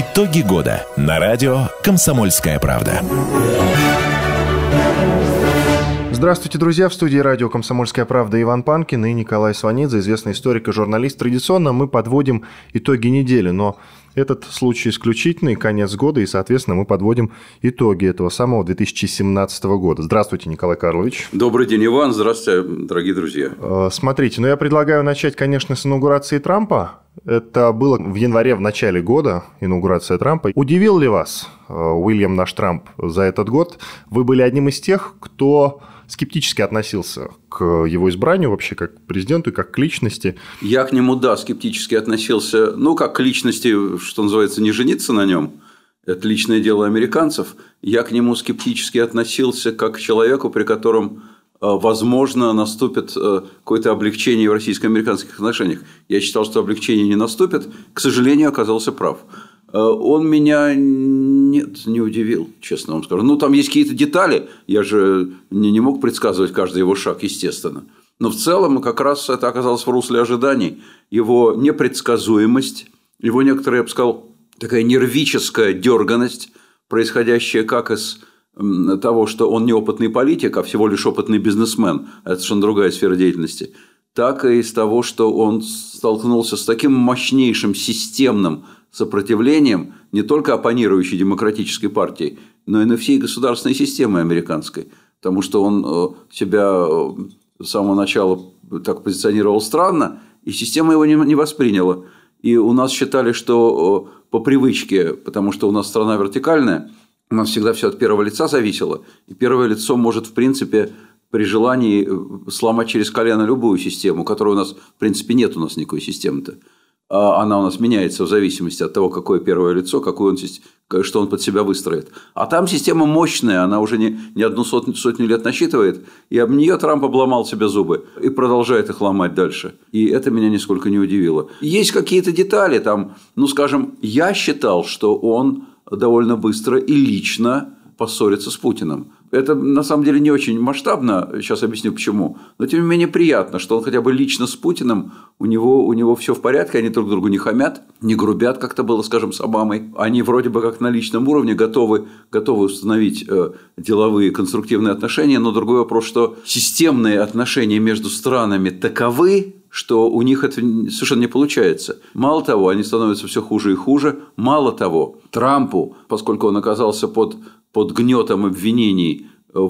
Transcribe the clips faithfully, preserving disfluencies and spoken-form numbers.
Итоги года на радио «Комсомольская правда». Здравствуйте, друзья! В студии радио «Комсомольская правда» Иван Панкин и Николай Сванидзе, известный историк и журналист. Традиционно мы подводим итоги недели, но этот случай исключительный, конец года, и, соответственно, мы подводим итоги этого самого две тысячи семнадцатого года. Здравствуйте, Николай Карлович. Добрый день, Иван. Здравствуйте, дорогие друзья. Смотрите, ну я предлагаю начать, конечно, с инаугурации Трампа. Это было в январе, в начале года, инаугурация Трампа. Удивил ли вас Уильям наш Трамп за этот год? Вы были одним из тех, кто скептически относился к его избранию вообще как к президенту и как к личности. Я к нему, да, скептически относился, ну, как к личности, что называется, не жениться на нем. Это личное дело американцев. Я к нему скептически относился как к человеку, при котором, возможно, наступит какое-то облегчение в российско-американских отношениях. Я считал, что облегчение не наступит. К сожалению, оказался прав. Он меня нет, не удивил, честно вам скажу. Ну, там есть какие-то детали, я же не, не мог предсказывать каждый его шаг, естественно. Но в целом как раз это оказалось в русле ожиданий. Его непредсказуемость, его некоторая, я бы сказал, такая нервическая дерганность, происходящая как из того, что он не опытный политик, а всего лишь опытный бизнесмен, это совершенно другая сфера деятельности, так и из того, что он столкнулся с таким мощнейшим системным сопротивлением не только оппонирующей демократической партии, но и на всей государственной системе американской. Потому что он себя с самого начала так позиционировал странно, и система его не восприняла. И у нас считали, что по привычке, потому что у нас страна вертикальная, у нас всегда все от первого лица зависело, и первое лицо может, в принципе, при желании сломать через колено любую систему, которой у нас, в принципе, нет у нас никакой системы-то. Она у нас меняется в зависимости от того, какое первое лицо, какую он, что он под себя выстроит. А там система мощная, она уже не, не одну сотню, сотню лет насчитывает, и об нее Трамп обломал себе зубы и продолжает их ломать дальше. И это меня нисколько не удивило. Есть какие-то детали там, ну, скажем, я считал, что он довольно быстро и лично поссорится с Путиным. Это, на самом деле, не очень масштабно, сейчас объясню почему, но, тем не менее, приятно, что он хотя бы лично с Путиным, у него, у него все в порядке, они друг другу не хамят, не грубят, как это было, скажем, с Обамой. Они вроде бы как на личном уровне готовы, готовы установить э, деловые конструктивные отношения, но другой вопрос, что системные отношения между странами таковы, что у них это совершенно не получается. Мало того, они становятся все хуже и хуже. Мало того, Трампу, поскольку он оказался под, под гнетом обвинений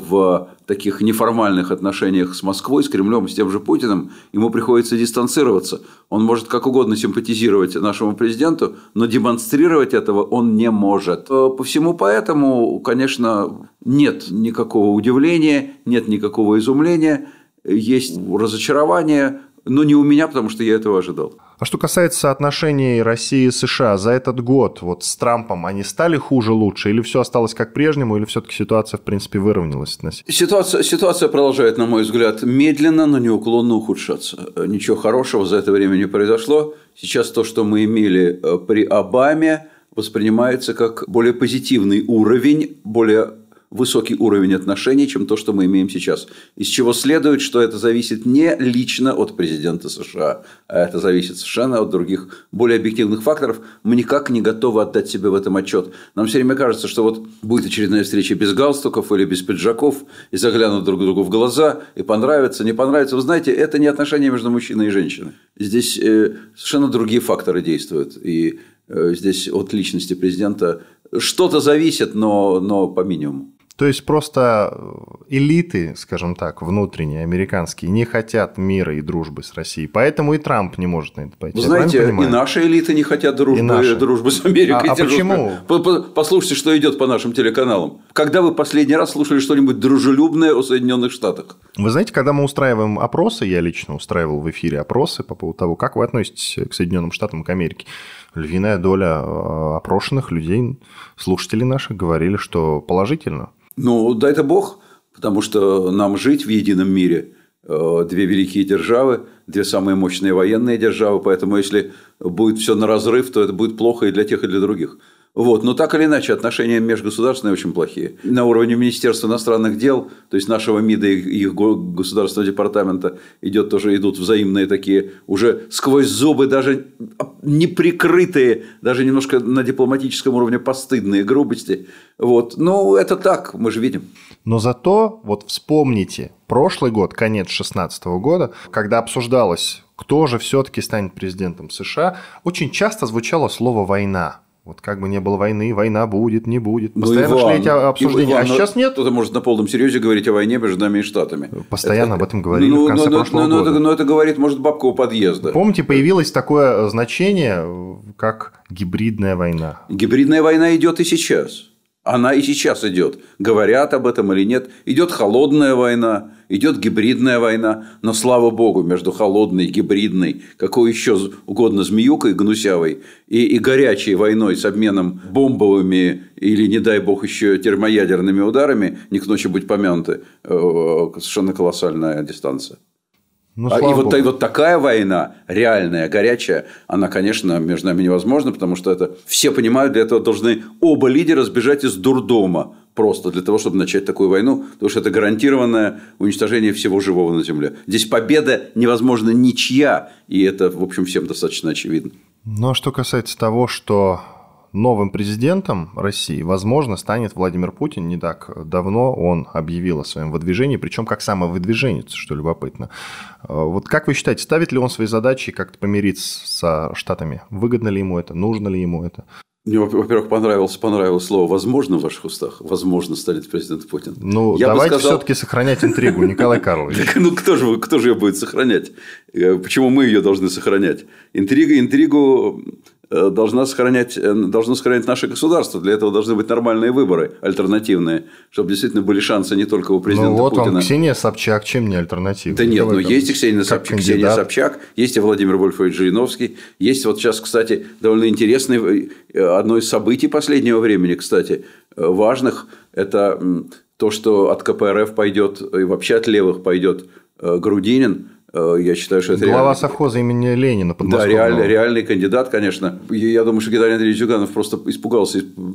в таких неформальных отношениях с Москвой, с Кремлем, с тем же Путиным, ему приходится дистанцироваться. Он может как угодно симпатизировать нашему президенту, но демонстрировать этого он не может. По всему поэтому, конечно, нет никакого удивления, нет никакого изумления, есть разочарование. Но не у меня, потому что я этого ожидал. А что касается отношений России и США за этот год вот с Трампом, они стали хуже, лучше? Или все осталось как прежнему, или все-таки ситуация, в принципе, выровнялась? Ситуация, ситуация продолжает, на мой взгляд, медленно, но неуклонно ухудшаться. Ничего хорошего за это время не произошло. Сейчас то, что мы имели при Обаме, воспринимается как более позитивный уровень, более высокий уровень отношений, чем то, что мы имеем сейчас. Из чего следует, что это зависит не лично от президента США, а это зависит совершенно от других, более объективных факторов. Мы никак не готовы отдать себе в этом отчет. Нам все время кажется, что вот будет очередная встреча без галстуков или без пиджаков, и заглянут друг другу в глаза, и понравится, не понравится. Вы знаете, это не отношения между мужчиной и женщиной. Здесь совершенно другие факторы действуют. И здесь от личности президента что-то зависит, но, но по минимуму. То есть просто элиты, скажем так, внутренние, американские, не хотят мира и дружбы с Россией. Поэтому и Трамп не может на это пойти. Вы знаете, и наши элиты не хотят дружбы, и дружбы с Америкой. А, а почему? Послушайте, что идет по нашим телеканалам. Когда вы последний раз слушали что-нибудь дружелюбное о Соединенных Штатах? Вы знаете, когда мы устраиваем опросы, я лично устраивал в эфире опросы по поводу того, как вы относитесь к Соединенным Штатам, к Америке, львиная доля опрошенных людей, слушателей наших, говорили, что положительно. Ну, дай это Бог, потому что нам жить в едином мире. Две великие державы, две самые мощные военные державы, поэтому если будет все на разрыв, то это будет плохо и для тех, и для других. Вот. Но так или иначе, отношения межгосударственные очень плохие. На уровне Министерства иностранных дел, то есть нашего МИДа и их государственного департамента, идет тоже, идут взаимные такие, уже сквозь зубы, даже неприкрытые, даже немножко на дипломатическом уровне постыдные грубости. Вот. Ну, это так, мы же видим. Но зато, вот вспомните, прошлый год, конец две тысячи шестнадцатого года, когда обсуждалось, кто же все-таки станет президентом США, очень часто звучало слово «война». Вот как бы не было войны, война будет, не будет. Постоянно ну, Иван, шли эти обсуждения. Иван, а сейчас нет. Кто-то может на полном серьезе говорить о войне между нами и Штатами. Постоянно это... об этом говорили ну, в конце ну, прошлого ну, года. Но, но это говорит, может, бабка у подъезда. Помните, появилось такое значение, как гибридная война. Гибридная война идет и сейчас. Она и сейчас идет. Говорят об этом или нет. Идет холодная война, идет гибридная война. Но слава богу, между холодной, гибридной, какой еще угодно змеюкой гнусявой и, и горячей войной с обменом бомбовыми или, не дай бог, еще термоядерными ударами, не к ночи будь помянуты, совершенно колоссальная дистанция. Ну, а, и вот, и вот такая война, реальная, горячая, она, конечно, между нами невозможна, потому что это все понимают, для этого должны оба лидера сбежать из дурдома просто для того, чтобы начать такую войну, потому что это гарантированное уничтожение всего живого на Земле. Здесь победа невозможна ничья, и это, в общем, всем достаточно очевидно. Ну, а что касается того, что новым президентом России, возможно, станет Владимир Путин. Не так давно он объявил о своем выдвижении, причем как самовыдвиженец, что любопытно. Вот как вы считаете, ставит ли он свои задачи как-то помириться со Штатами? Выгодно ли ему это? Нужно ли ему это? Мне, во-первых, понравилось, понравилось слово «возможно» в ваших устах. Возможно, станет президент Путин. Ну, я давайте сказал... все-таки сохранять интригу, Николай Карлович. Ну, кто же, кто же ее будет сохранять? Почему мы ее должны сохранять? Интрига, интригу должна сохранять, должно сохранять наше государство. Для этого должны быть нормальные выборы, альтернативные, чтобы действительно были шансы не только у президента ну, вот Путина. Ну, вот Ксения Собчак, чем не альтернатива? Да нет, ну, есть и Ксения Собчак, Ксения Собчак, есть и Владимир Вольфович Жириновский, есть вот сейчас, кстати, довольно интересный, одно из событий последнего времени, кстати, важных, это то, что от ка пэ эр эф пойдет, и вообще от левых пойдет Грудинин. Я считаю, что это глава реально... совхоза имени Ленина. Да, реальный, реальный кандидат, конечно. Я думаю, что Геннадий Андреевич Зюганов просто испугался.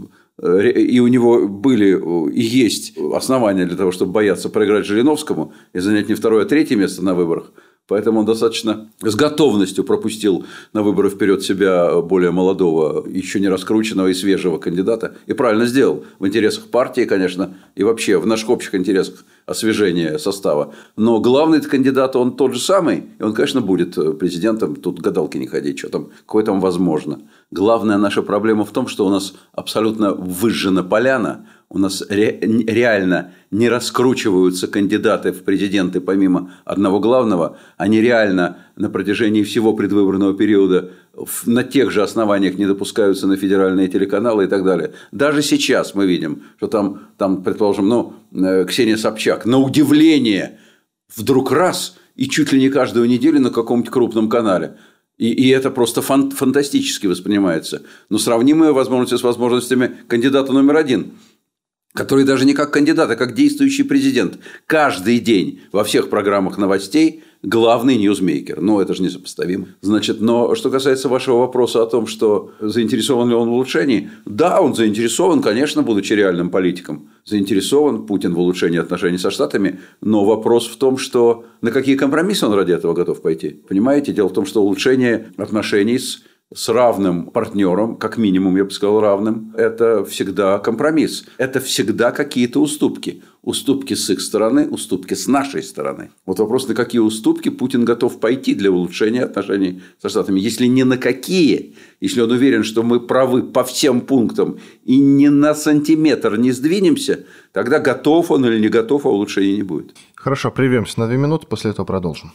И у него были и есть основания для того, чтобы бояться проиграть Жириновскому и занять не второе, а третье место на выборах. Поэтому он достаточно с готовностью пропустил на выборы вперед себя более молодого, еще не раскрученного и свежего кандидата. И правильно сделал. В интересах партии, конечно, и вообще в наших общих интересах освежения состава. Но главный кандидат, он тот же самый. И он, конечно, будет президентом. Тут гадалки не ходить, что там, какое там возможно. Главная наша проблема в том, что у нас абсолютно выжжена поляна. У нас ре- реально не раскручиваются кандидаты в президенты помимо одного главного. Они реально на протяжении всего предвыборного периода на тех же основаниях не допускаются на федеральные телеканалы и так далее. Даже сейчас мы видим, что там, там предположим, ну, Ксения Собчак, на удивление, вдруг раз и чуть ли не каждую неделю на каком-нибудь крупном канале. И, и это просто фан- фантастически воспринимается. Но сравнимые возможности с возможностями кандидата номер один, который даже не как кандидат, а как действующий президент. Каждый день во всех программах новостей главный ньюзмейкер. Ну, это же несопоставимо. Значит, но что касается вашего вопроса о том, что заинтересован ли он в улучшении, да, он заинтересован, конечно, будучи реальным политиком. Заинтересован Путин в улучшении отношений со Штатами, но вопрос в том, что на какие компромиссы он ради этого готов пойти. Понимаете? Дело в том, что улучшение отношений с с равным партнером, как минимум, я бы сказал, равным, это всегда компромисс. Это всегда какие-то уступки. Уступки с их стороны, уступки с нашей стороны. Вот вопрос, на какие уступки Путин готов пойти для улучшения отношений со Штатами. Если не на какие, если он уверен, что мы правы по всем пунктам и ни на сантиметр не сдвинемся, тогда готов он или не готов, а улучшения не будет. Хорошо, прервемся на две минуты, после этого продолжим.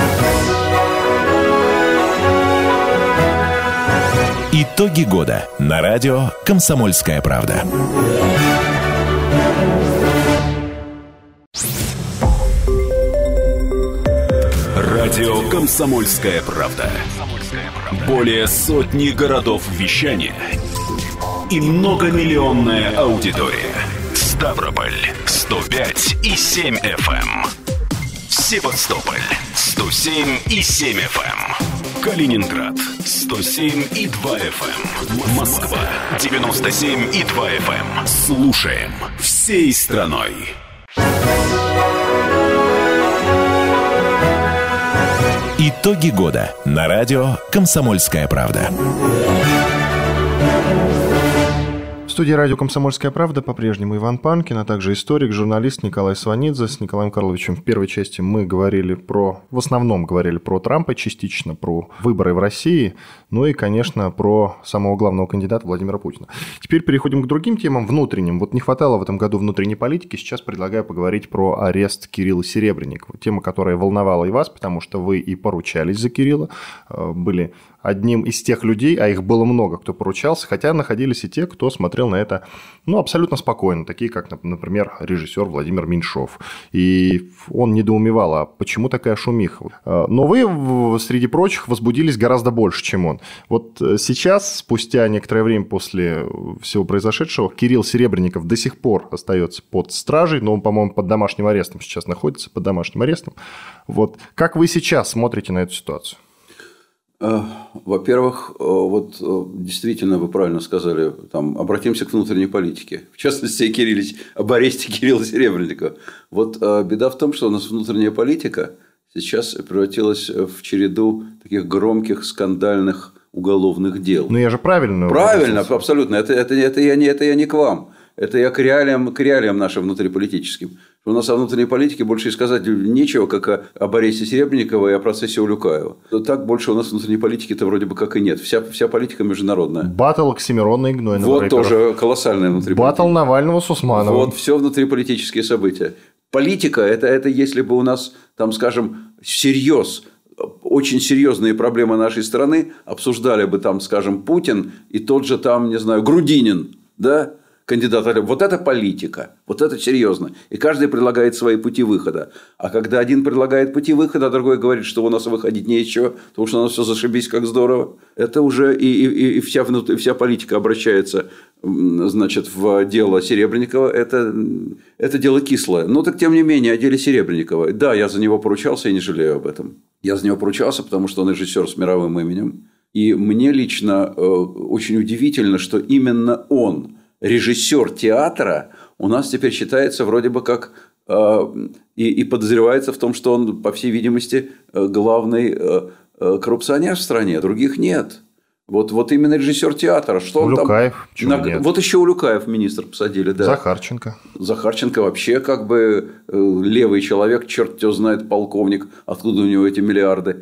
Итоги года на радио «Комсомольская правда». Радио «Комсомольская правда». Более сотни городов вещания и многомиллионная аудитория. Ставрополь сто пять и семь эф эм. Севастополь сто семь и семь эф эм. Калининград сто семь и два эф эм. Москва девяносто семь и два эф эм. Слушаем всей страной. Итоги года на радио «Комсомольская правда». В студии радио «Комсомольская правда» по-прежнему Иван Панкин, а также историк, журналист Николай Сванидзе. С Николаем Карловичем в первой части мы говорили про, в основном говорили про Трампа, частично про выборы в России, ну и, конечно, про самого главного кандидата Владимира Путина. Теперь переходим к другим темам, внутренним. Вот не хватало в этом году внутренней политики, сейчас предлагаю поговорить про арест Кирилла Серебренникова. Тема, которая волновала и вас, потому что вы и поручались за Кирилла, были одним из тех людей, а их было много, кто поручался, хотя находились и те, кто смотрел на это, ну, абсолютно спокойно, такие как, например, режиссер Владимир Меньшов. И он недоумевал, а почему такая шумиха? Но вы, среди прочих, возбудились гораздо больше, чем он. Вот сейчас, спустя некоторое время после всего произошедшего, Кирилл Серебренников до сих пор остается под стражей, но он, по-моему, под домашним арестом сейчас находится, под домашним арестом. Вот как вы сейчас смотрите на эту ситуацию? Во-первых, вот действительно вы правильно сказали, там, обратимся к внутренней политике. В частности, Кириллич, об аресте Кирилла Серебренникова. Вот беда в том, что у нас внутренняя политика сейчас превратилась в череду таких громких, скандальных уголовных дел. Ну, я же правильно. Правильно, абсолютно. Это, это, это, я не, это я не к вам. Это я к реалиям, к реалиям нашим внутриполитическим. У нас о внутренней политике больше и сказать нечего, как о, об аресте Серебренникова и о процессе Улюкаева. Так больше у нас внутренней политики-то вроде бы как и нет. Вся, вся политика международная. Баттл Оксимирона и Гнойного. Вот рэперов. Тоже колоссальная внутриполитика. Баттл Навального с Усмановым. Вот все внутриполитические события. Политика это, – это если бы у нас, там, скажем, всерьез, очень серьезные проблемы нашей страны обсуждали бы, там, скажем, Путин и тот же, там, не знаю, Грудинин, да? Кандидат. Вот это политика, вот это серьезно. И каждый предлагает свои пути выхода. А когда один предлагает пути выхода, а другой говорит, что у нас выходить нечего, потому что у нас все зашибись, как здорово, это уже и, и, и вся, и вся политика обращается, значит, в дело Серебренникова. Это, это дело кислое. Но так тем не менее, о деле Серебренникова. Да, я за него поручался и не жалею об этом. Я за него поручался, потому что он режиссер с мировым именем. И мне лично очень удивительно, что именно он, режиссер театра, у нас теперь считается вроде бы как э, и, и подозревается в том, что он, по всей видимости, главный э, коррупционер в стране. Других нет. Вот, вот именно режиссер театра. Что Улюкаев. Он там... на... Вот еще Улюкаев министр посадили. Да. Захарченко. Захарченко вообще как бы левый человек, черт его знает, полковник. Откуда у него эти миллиарды?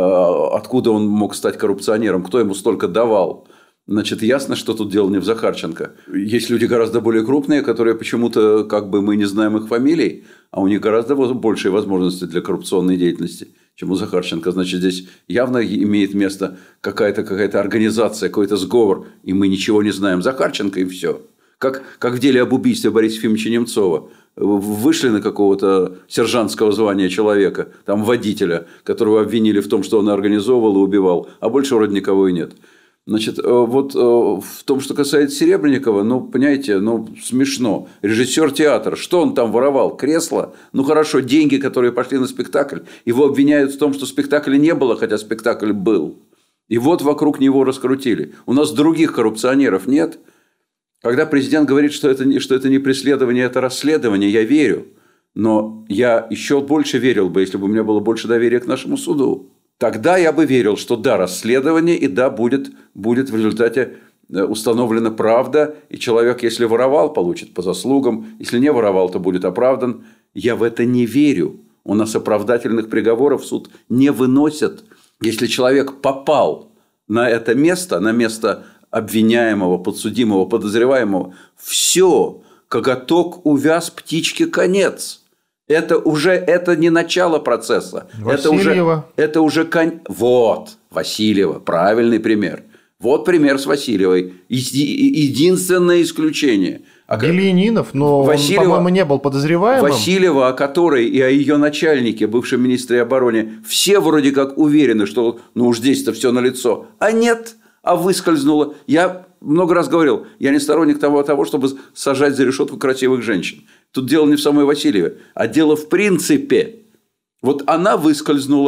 Откуда он мог стать коррупционером? Кто ему столько давал? Значит, ясно, что тут дело не в Захарченко. Есть люди гораздо более крупные, которые почему-то, как бы мы не знаем их фамилий, а у них гораздо большие возможности для коррупционной деятельности, чем у Захарченко. Значит, здесь явно имеет место какая-то, какая-то организация, какой-то сговор, и мы ничего не знаем. Захарченко и все. Как, как в деле об убийстве Бориса Ефимовича Немцова. Вышли на какого-то сержантского звания человека, там водителя, которого обвинили в том, что он организовывал и убивал, а больше вроде никого и нет. Значит, вот в том, что касается Серебренникова, ну, понимаете, ну, смешно. Режиссер театра, что он там воровал? Кресло? Ну, хорошо, деньги, которые пошли на спектакль. Его обвиняют в том, что спектакля не было, хотя спектакль был. И вот вокруг него раскрутили. У нас других коррупционеров нет. Когда президент говорит, что это, не, что это не преследование, это расследование, я верю. Но я еще больше верил бы, если бы у меня было больше доверия к нашему суду. Тогда я бы верил, что да, расследование, и да, будет, будет в результате установлена правда, и человек, если воровал, получит по заслугам, если не воровал, то будет оправдан. Я в это не верю. У нас оправдательных приговоров суд не выносит. Если человек попал на это место, на место обвиняемого, подсудимого, подозреваемого, все, коготок увяз, птичке конец. Это уже это не начало процесса. Васильева. Это уже, это уже кон... Вот, Васильева, правильный пример. Вот пример с Васильевой. Единственное исключение. А Белянинов, но Васильева, он, по-моему, не был подозреваемым. Васильева, о которой и о ее начальнике, бывшем министре обороны, все вроде как уверены, что ну уж здесь-то все налицо. А нет, а выскользнуло. Я много раз говорил, я не сторонник того, того, чтобы сажать за решетку красивых женщин. Тут дело не в самой Васильевой, а дело в принципе. Вот она выскользнула,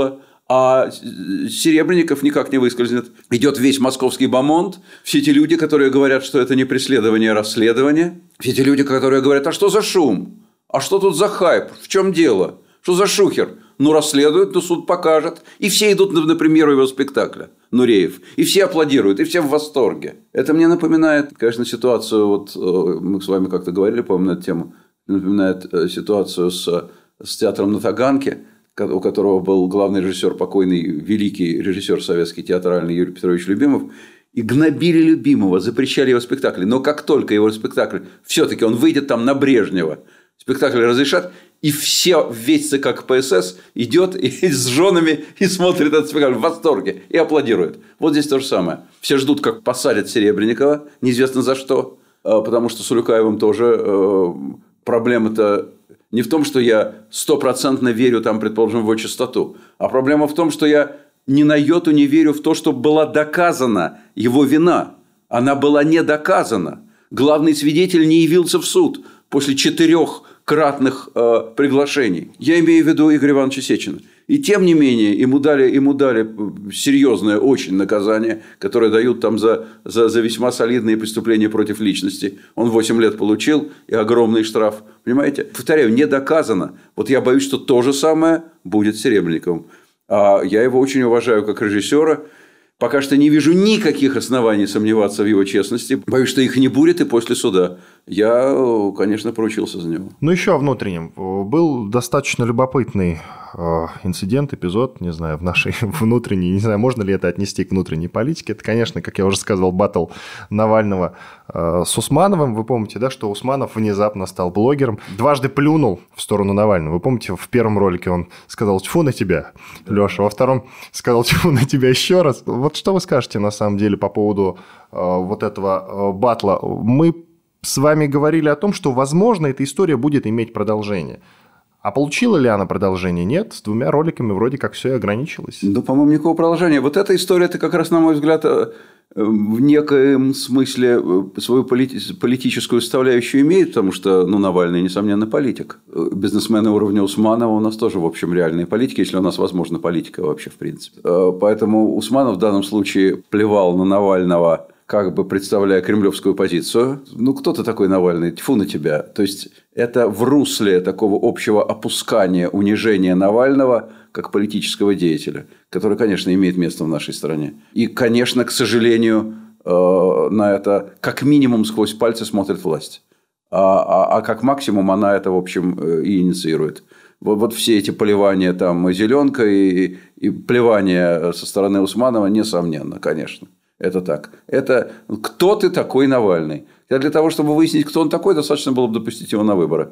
А Серебренников никак не выскользнет. Идет весь московский бомонд. Все эти люди, которые говорят, что это не преследование, а расследование. Все эти люди, которые говорят, а что за шум? А что тут за хайп? В чем дело? Что за шухер? Ну, расследуют, ну, суд покажет. И все идут на, на премьеру его спектакля Нуреев. И все аплодируют, и все в восторге. Это мне напоминает, конечно, ситуацию, вот мы с вами как-то говорили, по-моему, на эту тему, напоминает ситуацию с, с театром на Таганке, у которого был главный режиссер, покойный великий режиссер советский театральный Юрий Петрович Любимов. И гнобили Любимова, запрещали его спектакли. Но как только его спектакль, все-таки он выйдет там на Брежнева, спектакль разрешат, и все, весь ЦК КПСС идет и с женами и смотрит этот спектакль в восторге и аплодирует. Вот здесь то же самое. Все ждут, как посадят Серебренникова, неизвестно за что, потому что с Улюкаевым тоже проблема-то не в том, что я стопроцентно верю, там, предположим, в его чистоту, а проблема в том, что я ни на йоту не верю в то, что была доказана его вина. Она была не доказана. Главный свидетель не явился в суд после четырехкратных э, приглашений. Я имею в виду Игоря Ивановича Сечина. И тем не менее, ему дали, ему дали серьезное очень наказание, которое дают там за, за, за весьма солидные преступления против личности. Он восемь лет получил и огромный штраф. Понимаете? Повторяю, не доказано. Вот я боюсь, что то же самое будет с Серебренниковым. А я его очень уважаю как режиссера. Пока что не вижу никаких оснований сомневаться в его честности. Боюсь, что их не будет и после суда. Я, конечно, поручился за него. Ну, еще о внутреннем. Был достаточно любопытный инцидент, эпизод, не знаю, в нашей внутренней, не знаю, можно ли это отнести к внутренней политике. Это, конечно, как я уже сказал, баттл Навального с Усмановым. Вы помните, да, что Усманов внезапно стал блогером, дважды плюнул в сторону Навального. Вы помните, в первом ролике он сказал «тьфу на тебя», Леша, во втором сказал «тьфу на тебя» еще раз. Вот что вы скажете, на самом деле, по поводу вот этого баттла? Мы с вами говорили о том, что, возможно, эта история будет иметь продолжение. А получила ли она продолжение? Нет. С двумя роликами вроде как все и ограничилось. Да, по-моему, никакого продолжения. Вот эта история, это как раз, на мой взгляд, в некоем смысле свою полити- политическую составляющую имеет, потому что, ну, Навальный, несомненно, политик. Бизнесмены уровня Усманова у нас тоже, в общем, реальные политики, если у нас возможна политика вообще, в принципе. Поэтому Усманов в данном случае плевал на Навального, как бы представляя кремлевскую позицию. Ну, кто ты такой, Навальный? Тьфу на тебя. То есть, это в русле такого общего опускания, унижения Навального как политического деятеля, который, конечно, имеет место в нашей стране. И, конечно, к сожалению, на это как минимум сквозь пальцы смотрит власть. А, а, а как максимум она это, в общем, и инициирует. Вот, вот все эти поливания там зеленкой и, и плевания со стороны Усманова, несомненно, конечно. Это так. Это кто ты такой, Навальный? А для того, чтобы выяснить, кто он такой, достаточно было бы допустить его на выборы.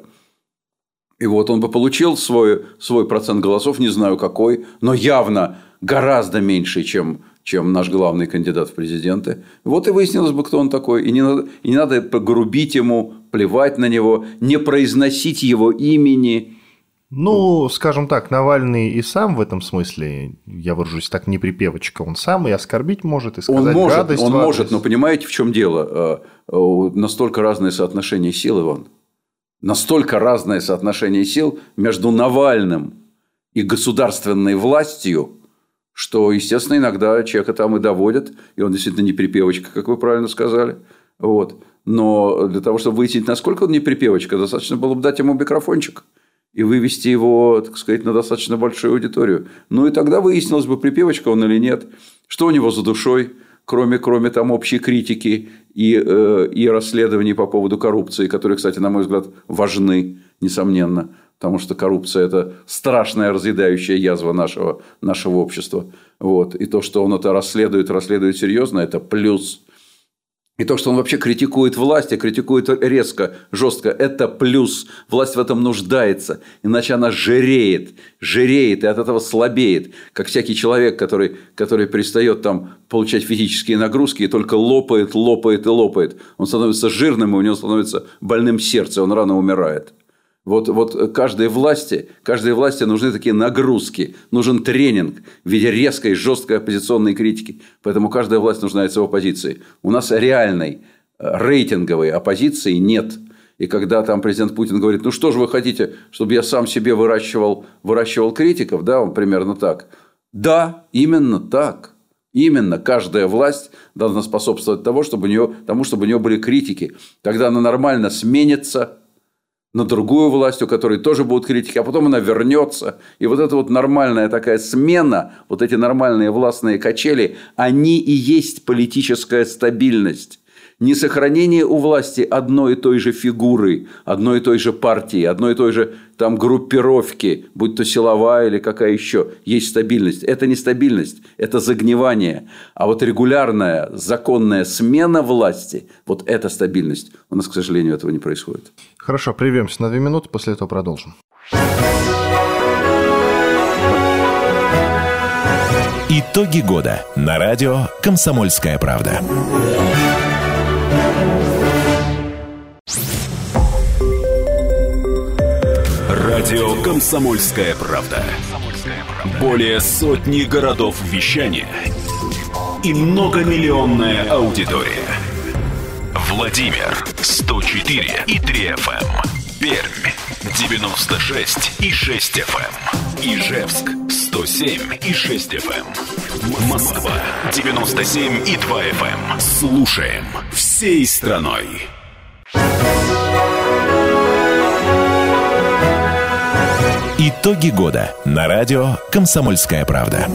И вот он бы получил свой, свой процент голосов, не знаю какой, но явно гораздо меньше, чем, чем наш главный кандидат в президенты. Вот и выяснилось бы, кто он такой. И не надо, и не надо погрубить ему, плевать на него, не произносить его имени. Ну, скажем так, Навальный и сам в этом смысле, я выражусь так, не припевочка, он сам и оскорбить может, и сказать он может, гадость. Он в адрес. может, но понимаете, в чем дело? Настолько разные соотношения сил, Иван. Настолько разное соотношение сил между Навальным и государственной властью, что, естественно, иногда человека там и доводят, и он действительно не припевочка, как вы правильно сказали. Вот. Но для того, чтобы выяснить, насколько он не припевочка, достаточно было бы дать ему микрофончик и вывести его, так сказать, на достаточно большую аудиторию. Ну, и тогда выяснилось бы, припевочка он или нет, что у него за душой, кроме, кроме там общей критики и, э, и расследований по поводу коррупции, которые, кстати, на мой взгляд, важны, несомненно, потому что коррупция – это страшная разъедающая язва нашего, нашего общества. Вот. И то, что он это расследует, расследует серьезно, это плюс. И то, что он вообще критикует власть, и критикует резко, жестко, это плюс. Власть в этом нуждается, иначе она жиреет, жиреет и от этого слабеет. Как всякий человек, который, который перестает там получать физические нагрузки и только лопает, лопает и лопает. Он становится жирным, и у него становится больным сердце, он рано умирает. Вот, вот каждой власти, каждой власти нужны такие нагрузки, нужен тренинг в виде резкой, жесткой оппозиционной критики. Поэтому каждая власть нуждается в оппозиции. У нас реальной рейтинговой оппозиции нет. И когда там президент Путин говорит, ну что же вы хотите, чтобы я сам себе выращивал, выращивал критиков, да, он примерно так. Да, именно так. Именно каждая власть должна способствовать тому, чтобы у нее, тому, чтобы у нее были критики. Тогда она нормально сменится на другую власть, у которой тоже будут критики, а потом она вернется. И вот эта вот нормальная такая смена, вот эти нормальные властные качели, они и есть политическая стабильность. Не сохранение у власти одной и той же фигуры, одной и той же партии, одной и той же там группировки, будь то силовая или какая еще, есть стабильность. Это не стабильность, это загнивание. А вот регулярная, законная смена власти, вот это стабильность. У нас, к сожалению, этого не происходит. Хорошо, прервемся на две минуты, после этого продолжим. Итоги года на радио «Комсомольская правда». Радио «Комсомольская правда». Более сотни городов вещания и многомиллионная аудитория. Владимир сто четыре и три эф эм, Пермь девяносто шесть и шесть эф эм, Ижевск сто семь и шесть эф эм, Москва девяносто семь и два эф эм. Слушаем всей страной. Итоги года на радио «Комсомольская правда».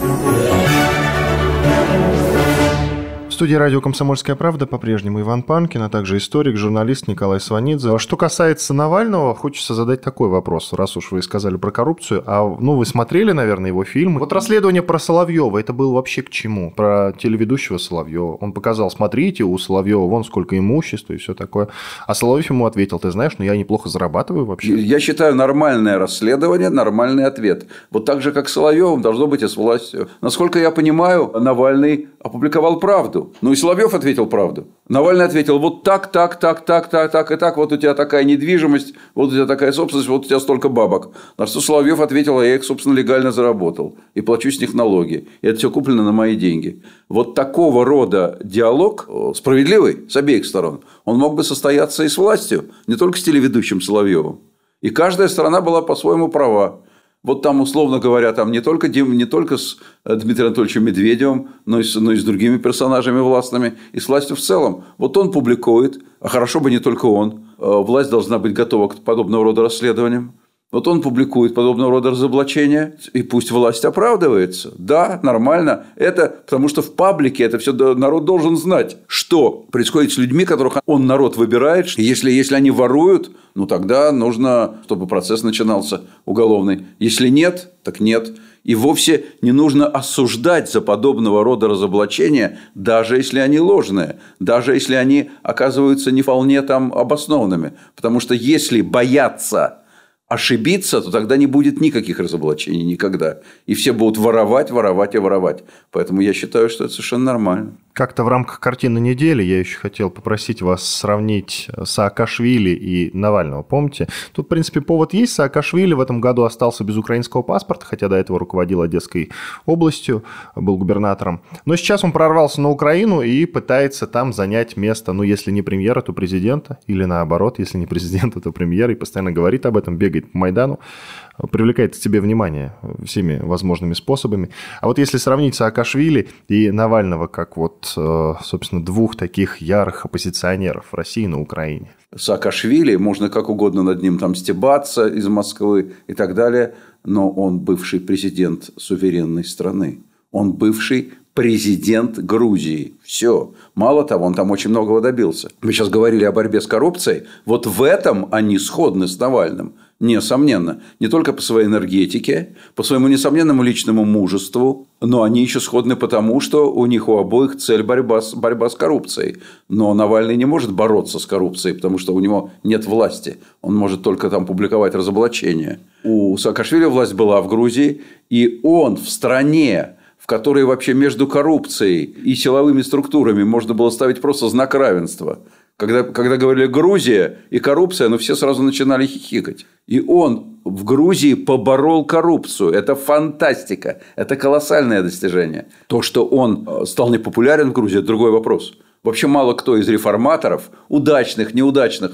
В студии радио «Комсомольская правда» по-прежнему Иван Панкин, а также историк, журналист Николай Сванидзе. Что касается Навального, хочется задать такой вопрос, раз уж вы сказали про коррупцию. А ну, вы смотрели, наверное, его фильмы. Вот расследование про Соловьева, это было вообще к чему? Про телеведущего Соловьева. Он показал, смотрите, у Соловьева вон сколько имущества и все такое. А Соловьев ему ответил, ты знаешь, ну я неплохо зарабатываю вообще. Я считаю, нормальное расследование, нормальный ответ. Вот так же, как с Соловьевым, должно быть и с властью. Насколько я понимаю, Навальный опубликовал правду. Ну и Соловьев ответил правду. Навальный ответил, вот так, так, так, так, так, так и так, вот у тебя такая недвижимость, вот у тебя такая собственность, вот у тебя столько бабок. На что Соловьев ответил, а я их, собственно, легально заработал и плачу с них налоги. И это все куплено на мои деньги. Вот такого рода диалог, справедливый с обеих сторон, он мог бы состояться и с властью, не только с телеведущим Соловьевым. И каждая сторона была по-своему права. Вот там, условно говоря, там не только, не только с Дмитрием Анатольевичем Медведевым, но и, с, но и с другими персонажами властными, и с властью в целом. Вот он публикует, а хорошо бы не только он, власть должна быть готова к подобного рода расследованиям. Вот он публикует подобного рода разоблачения, и пусть власть оправдывается. Да, нормально. Это потому что в паблике это все народ должен знать, что происходит с людьми, которых он, народ, выбирает. И если, если они воруют, ну тогда нужно, чтобы процесс начинался уголовный. Если нет, так нет. И вовсе не нужно осуждать за подобного рода разоблачения, даже если они ложные, даже если они оказываются не вполне там обоснованными. Потому что если бояться ошибиться, то тогда не будет никаких разоблачений никогда. И все будут воровать, воровать и воровать. Поэтому я считаю, что это совершенно нормально. Как-то в рамках картины недели я еще хотел попросить вас сравнить Саакашвили и Навального. Помните? Тут, в принципе, повод есть. Саакашвили в этом году остался без украинского паспорта, хотя до этого руководил Одесской областью, был губернатором. Но сейчас он прорвался на Украину и пытается там занять место, ну, если не премьера, то президента. Или наоборот, если не президента, то премьера. И постоянно говорит об этом, бегает по Майдану, привлекает к себе внимание всеми возможными способами. А вот если сравнить Саакашвили и Навального как вот, собственно, двух таких ярых оппозиционеров в России и на Украине. Саакашвили, можно как угодно над ним там стебаться из Москвы и так далее, но он бывший президент суверенной страны. Он бывший президент Грузии. Все. Мало того, он там очень многого добился. Мы сейчас говорили о борьбе с коррупцией. Вот в этом они сходны с Навальным. Несомненно. Не только по своей энергетике, по своему несомненному личному мужеству, но они еще сходны потому, что у них у обоих цель борьба с, борьба с коррупцией. Но Навальный не может бороться с коррупцией, потому что у него нет власти. Он может только там публиковать разоблачения. У Саакашвили власть была в Грузии, и он в стране, в которой вообще между коррупцией и силовыми структурами можно было ставить просто знак равенства. Когда, когда говорили «Грузия» и «коррупция», ну, все сразу начинали хихикать. И он в Грузии поборол коррупцию. Это фантастика. Это колоссальное достижение. То, что он стал непопулярен в Грузии, это другой вопрос. Вообще мало кто из реформаторов, удачных, неудачных,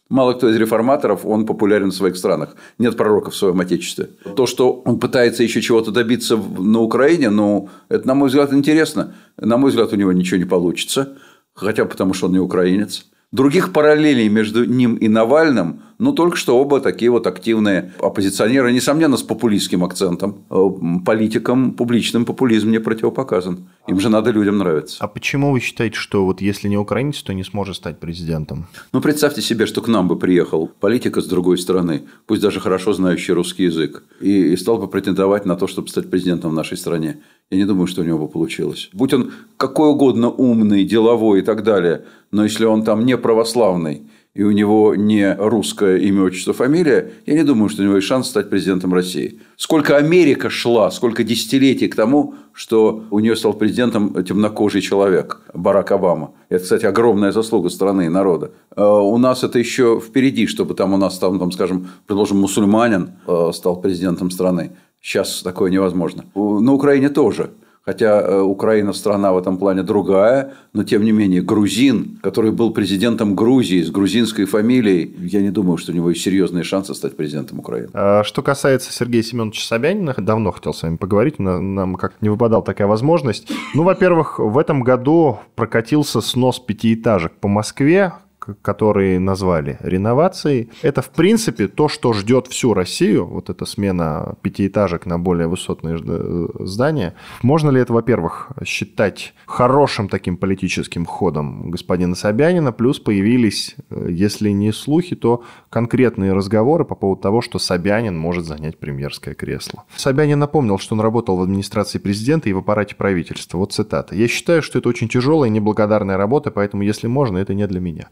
Мало кто из реформаторов, он популярен в своих странах. Нет пророка в своем отечестве. То, что он пытается еще чего-то добиться на Украине, ну, это, на мой взгляд, интересно. На мой взгляд, у него ничего не получится. Хотя потому, что он не украинец. Других параллелей между ним и Навальным, ну, только что оба такие вот активные оппозиционеры, несомненно, с популистским акцентом. Политикам публичным популизм не противопоказан. Им же надо людям нравиться. А почему вы считаете, что вот если не украинец, то не сможет стать президентом? Ну, представьте себе, что к нам бы приехал политик из другой страны, пусть даже хорошо знающий русский язык, и, и стал бы претендовать на то, чтобы стать президентом в нашей стране. Я не думаю, что у него бы получилось. Будь он какой угодно умный, деловой и так далее, но если он там не православный, и у него не русское имя, отчество, фамилия, я не думаю, что у него есть шанс стать президентом России. Сколько Америка шла, сколько десятилетий к тому, что у нее стал президентом темнокожий человек, Барак Обама. Это, кстати, огромная заслуга страны и народа. У нас это еще впереди, чтобы там у нас, там, там, скажем, предложим, мусульманин стал президентом страны. Сейчас такое невозможно. На Украине тоже. Хотя Украина страна в этом плане другая, но тем не менее грузин, который был президентом Грузии с грузинской фамилией, я не думаю, что у него есть серьезные шансы стать президентом Украины. Что касается Сергея Семеновича Собянина, давно хотел с вами поговорить, нам как не выпадала такая возможность. Ну, во-первых, в этом году прокатился снос пятиэтажек по Москве, которые назвали реновацией. Это, в принципе, то, что ждет всю Россию, вот эта смена пятиэтажек на более высотные здания. Можно ли это, во-первых, считать хорошим таким политическим ходом господина Собянина? Плюс появились, если не слухи, то конкретные разговоры по поводу того, что Собянин может занять премьерское кресло. Собянин напомнил, что он работал в администрации президента и в аппарате правительства. Вот цитата. «Я считаю, что это очень тяжелая и неблагодарная работа, поэтому, если можно, это не для меня».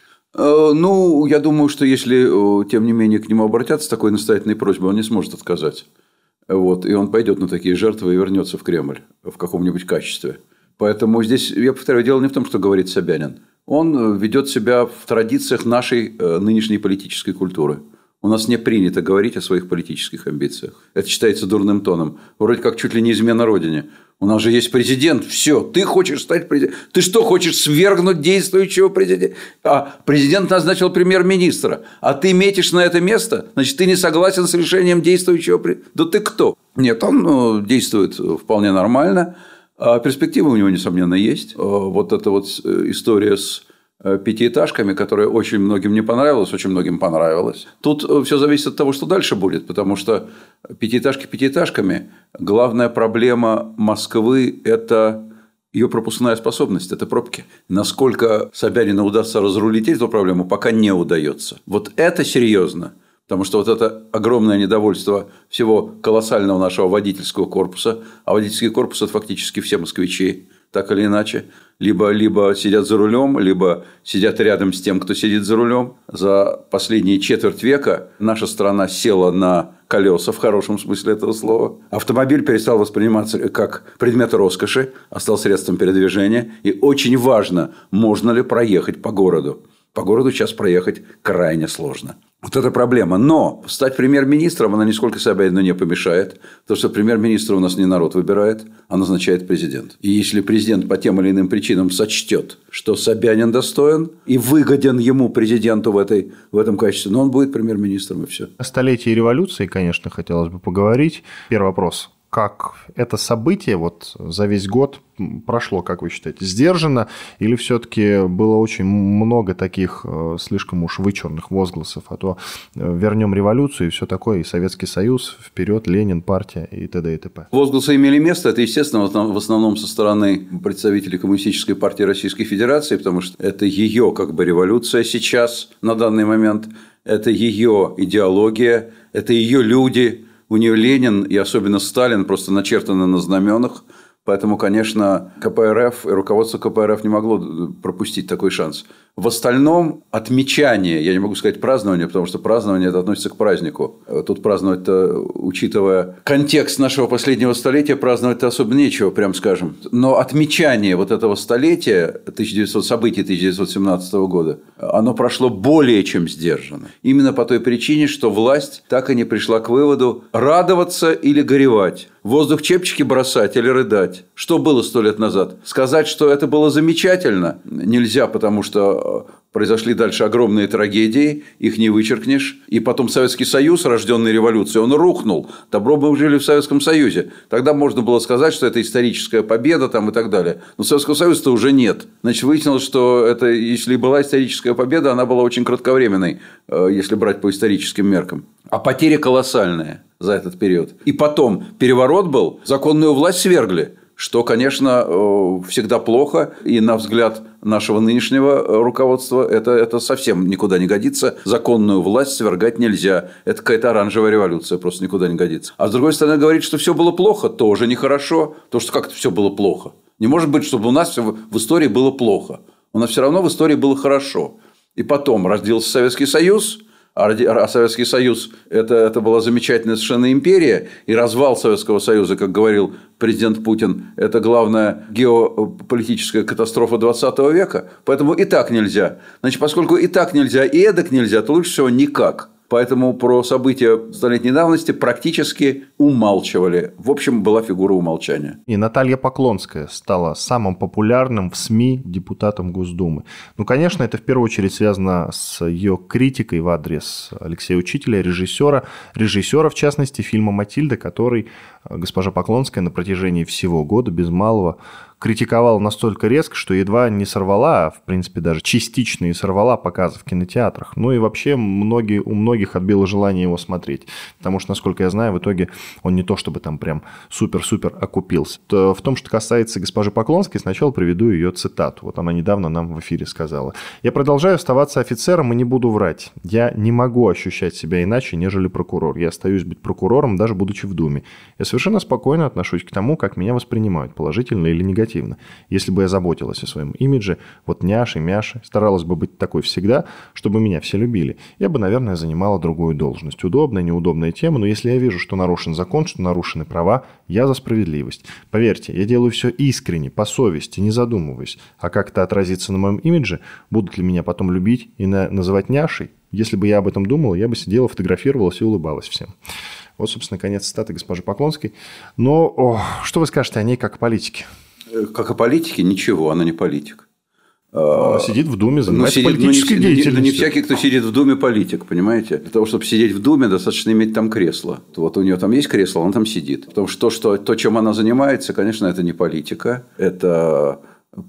Ну, я думаю, что если, тем не менее, к нему обратятся с такой настоятельной просьбой, он не сможет отказать. Вот, и он пойдет на такие жертвы и вернется в Кремль в каком-нибудь качестве. Поэтому здесь, я повторяю, дело не в том, что говорит Собянин. Он ведет себя в традициях нашей нынешней политической культуры. У нас не принято говорить о своих политических амбициях. Это считается дурным тоном. Вроде как чуть ли не измена родине. У нас же есть президент, все, ты хочешь стать президентом. Ты что, хочешь свергнуть действующего президента? А президент назначил премьер-министра, а ты метишь на это место? Значит, ты не согласен с решением действующего президента? Да ты кто? Нет, он ну, действует вполне нормально. А перспективы у него, несомненно, есть. Вот эта вот история с пятиэтажками, которая очень многим не понравилась, очень многим понравилась. Тут все зависит от того, что дальше будет, потому что пятиэтажки пятиэтажками. Главная проблема Москвы – это ее пропускная способность, это пробки. Насколько Собянину удастся разрулить эту проблему, пока не удается. Вот это серьезно. Потому что вот это огромное недовольство всего колоссального нашего водительского корпуса, а водительский корпус – это фактически все москвичи, так или иначе, либо, либо сидят за рулем, либо сидят рядом с тем, кто сидит за рулем. За последние четверть века наша страна села на колеса, в хорошем смысле этого слова. Автомобиль перестал восприниматься как предмет роскоши, а стал средством передвижения. И очень важно, можно ли проехать по городу. По городу сейчас проехать крайне сложно. Вот это проблема. Но стать премьер-министром она нисколько Собянину не помешает. Потому что премьер-министра у нас не народ выбирает, а назначает президент. И если президент по тем или иным причинам сочтет, что Собянин достоин и выгоден ему, президенту, в, этой, в этом качестве, но он будет премьер-министром, и все. О столетии революции, конечно, хотелось бы поговорить. Первый вопрос. Как это событие вот за весь год прошло, как вы считаете, сдержанно? Или все-таки было очень много таких слишком уж вычурных возгласов? А то вернем революцию и все такое, и Советский Союз, вперед, Ленин, партия и т.д. и т.п. Возгласы имели место. Это, естественно, в основном со стороны представителей Коммунистической партии Российской Федерации, потому что это ее как бы революция сейчас, на данный момент. Это ее идеология, это ее люди. У нее Ленин и особенно Сталин просто начертаны на знаменах. Поэтому, конечно, ка пэ эр эф и руководство ка пэ эр эф не могло пропустить такой шанс. В остальном отмечание, я не могу сказать празднование, потому что празднование это относится к празднику. Тут праздновать-то, учитывая контекст нашего последнего столетия, праздновать-то особо нечего, прям скажем. Но отмечание вот этого столетия, тысяча девятисотого, событий тысяча девятьсот семнадцатого года, оно прошло более чем сдержанно. Именно по той причине, что власть так и не пришла к выводу радоваться или горевать. В воздух чепчики бросать или рыдать. Что было сто лет назад? Сказать, что это было замечательно, нельзя, потому что Произошли дальше огромные трагедии, их не вычеркнешь. И потом Советский Союз, рожденный революцией, он рухнул. Добро бы мы жили в Советском Союзе. Тогда можно было сказать, что это историческая победа там, и так далее. Но Советского Союза-то уже нет. Значит, выяснилось, что это, если и была историческая победа, она была очень кратковременной, если брать по историческим меркам. А потери колоссальные за этот период. И потом переворот был, законную власть свергли. Что, конечно, всегда плохо, и на взгляд нашего нынешнего руководства это, это совсем никуда не годится. Законную власть свергать нельзя. Это какая-то оранжевая революция, просто никуда не годится. А с другой стороны, говорить, что все было плохо, тоже нехорошо. То, что как-то все было плохо. Не может быть, чтобы у нас все в истории было плохо. У нас все равно в истории было хорошо. И потом родился Советский Союз. А Советский Союз это, – это была замечательная совершенно империя, и развал Советского Союза, как говорил президент Путин, это главная геополитическая катастрофа двадцатого века, поэтому и так нельзя. Значит, поскольку и так нельзя, и эдак нельзя, то лучше всего никак. Поэтому про события столетней давности практически умалчивали. В общем, была фигура умолчания. И Наталья Поклонская стала самым популярным в СМИ депутатом Госдумы. Ну, конечно, это в первую очередь связано с ее критикой в адрес Алексея Учителя, режиссера, режиссера, в частности, фильма «Матильда», который госпожа Поклонская на протяжении всего года без малого критиковала настолько резко, что едва не сорвала, а в принципе даже частично и сорвала показы в кинотеатрах. Ну и вообще многие, у многих отбило желание его смотреть. Потому что, насколько я знаю, в итоге он не то чтобы там прям супер-супер окупился. То в том, что касается госпожи Поклонской, сначала приведу ее цитату. Вот она недавно нам в эфире сказала. «Я продолжаю оставаться офицером и не буду врать. Я не могу ощущать себя иначе, нежели прокурор. Я остаюсь быть прокурором, даже будучи в Думе. Я совершенно спокойно отношусь к тому, как меня воспринимают, положительно или негативно. Если бы я заботилась о своем имидже, вот няшей, мяшей, старалась бы быть такой всегда, чтобы меня все любили, я бы, наверное, занимала другую должность. Удобная, неудобная тема, но если я вижу, что нарушен закон, что нарушены права, я за справедливость. Поверьте, я делаю все искренне, по совести, не задумываясь. А как это отразится на моем имидже? Будут ли меня потом любить и на- называть няшей? Если бы я об этом думала, я бы сидела, фотографировалась и улыбалась всем». Вот, собственно, конец цитаты госпожи Поклонской. Но о, что вы скажете о ней как о политике? Как о политике, ничего, она не политик. Она сидит в Думе, занимается ну, сидит, политической ну, не, деятельностью. Ну, не всякий, кто сидит в Думе, политик, понимаете? Для того, чтобы сидеть в Думе, достаточно иметь там кресло. Вот у нее там есть кресло, она там сидит. Потому что то, что то, чем она занимается, конечно, это не политика. Это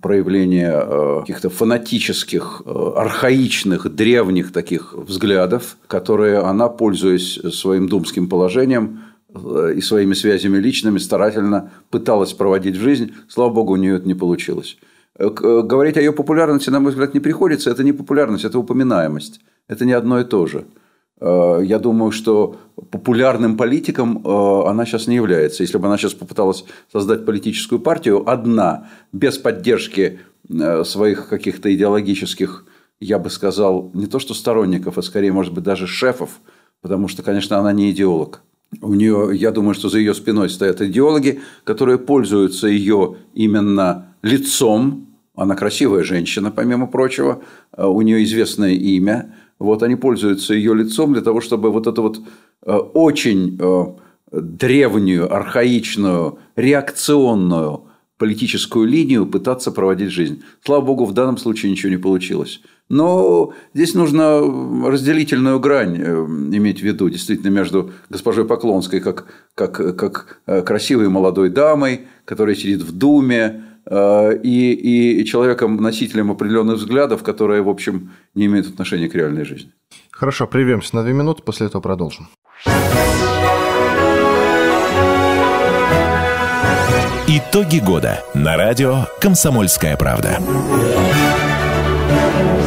проявление каких-то фанатических, архаичных, древних таких взглядов, которые она, пользуясь своим думским положением и своими связями личными, старательно пыталась проводить в жизнь. Слава богу, у нее это не получилось. Говорить о ее популярности, на мой взгляд, не приходится. Это не популярность, это упоминаемость. Это не одно и то же. Я думаю, что популярным политиком она сейчас не является. Если бы она сейчас попыталась создать политическую партию одна, без поддержки своих каких-то идеологических, я бы сказал, не то что сторонников, а скорее, может быть, даже шефов, потому что, конечно, она не идеолог. У нее, я думаю, что за ее спиной стоят идеологи, которые пользуются ее именно лицом. Она красивая женщина, помимо прочего, у нее известное имя. Вот они пользуются ее лицом для того, чтобы вот эту вот очень древнюю, архаичную, реакционную политическую линию пытаться проводить жизнь. Слава богу, в данном случае ничего не получилось. Но здесь нужно разделительную грань иметь в виду, действительно, между госпожой Поклонской, как, как, как красивой молодой дамой, которая сидит в Думе, и, и человеком, носителем определенных взглядов, которые, в общем, не имеют отношения к реальной жизни. Хорошо, прервемся на две минуты, после этого продолжим. Итоги года на радио «Комсомольская правда».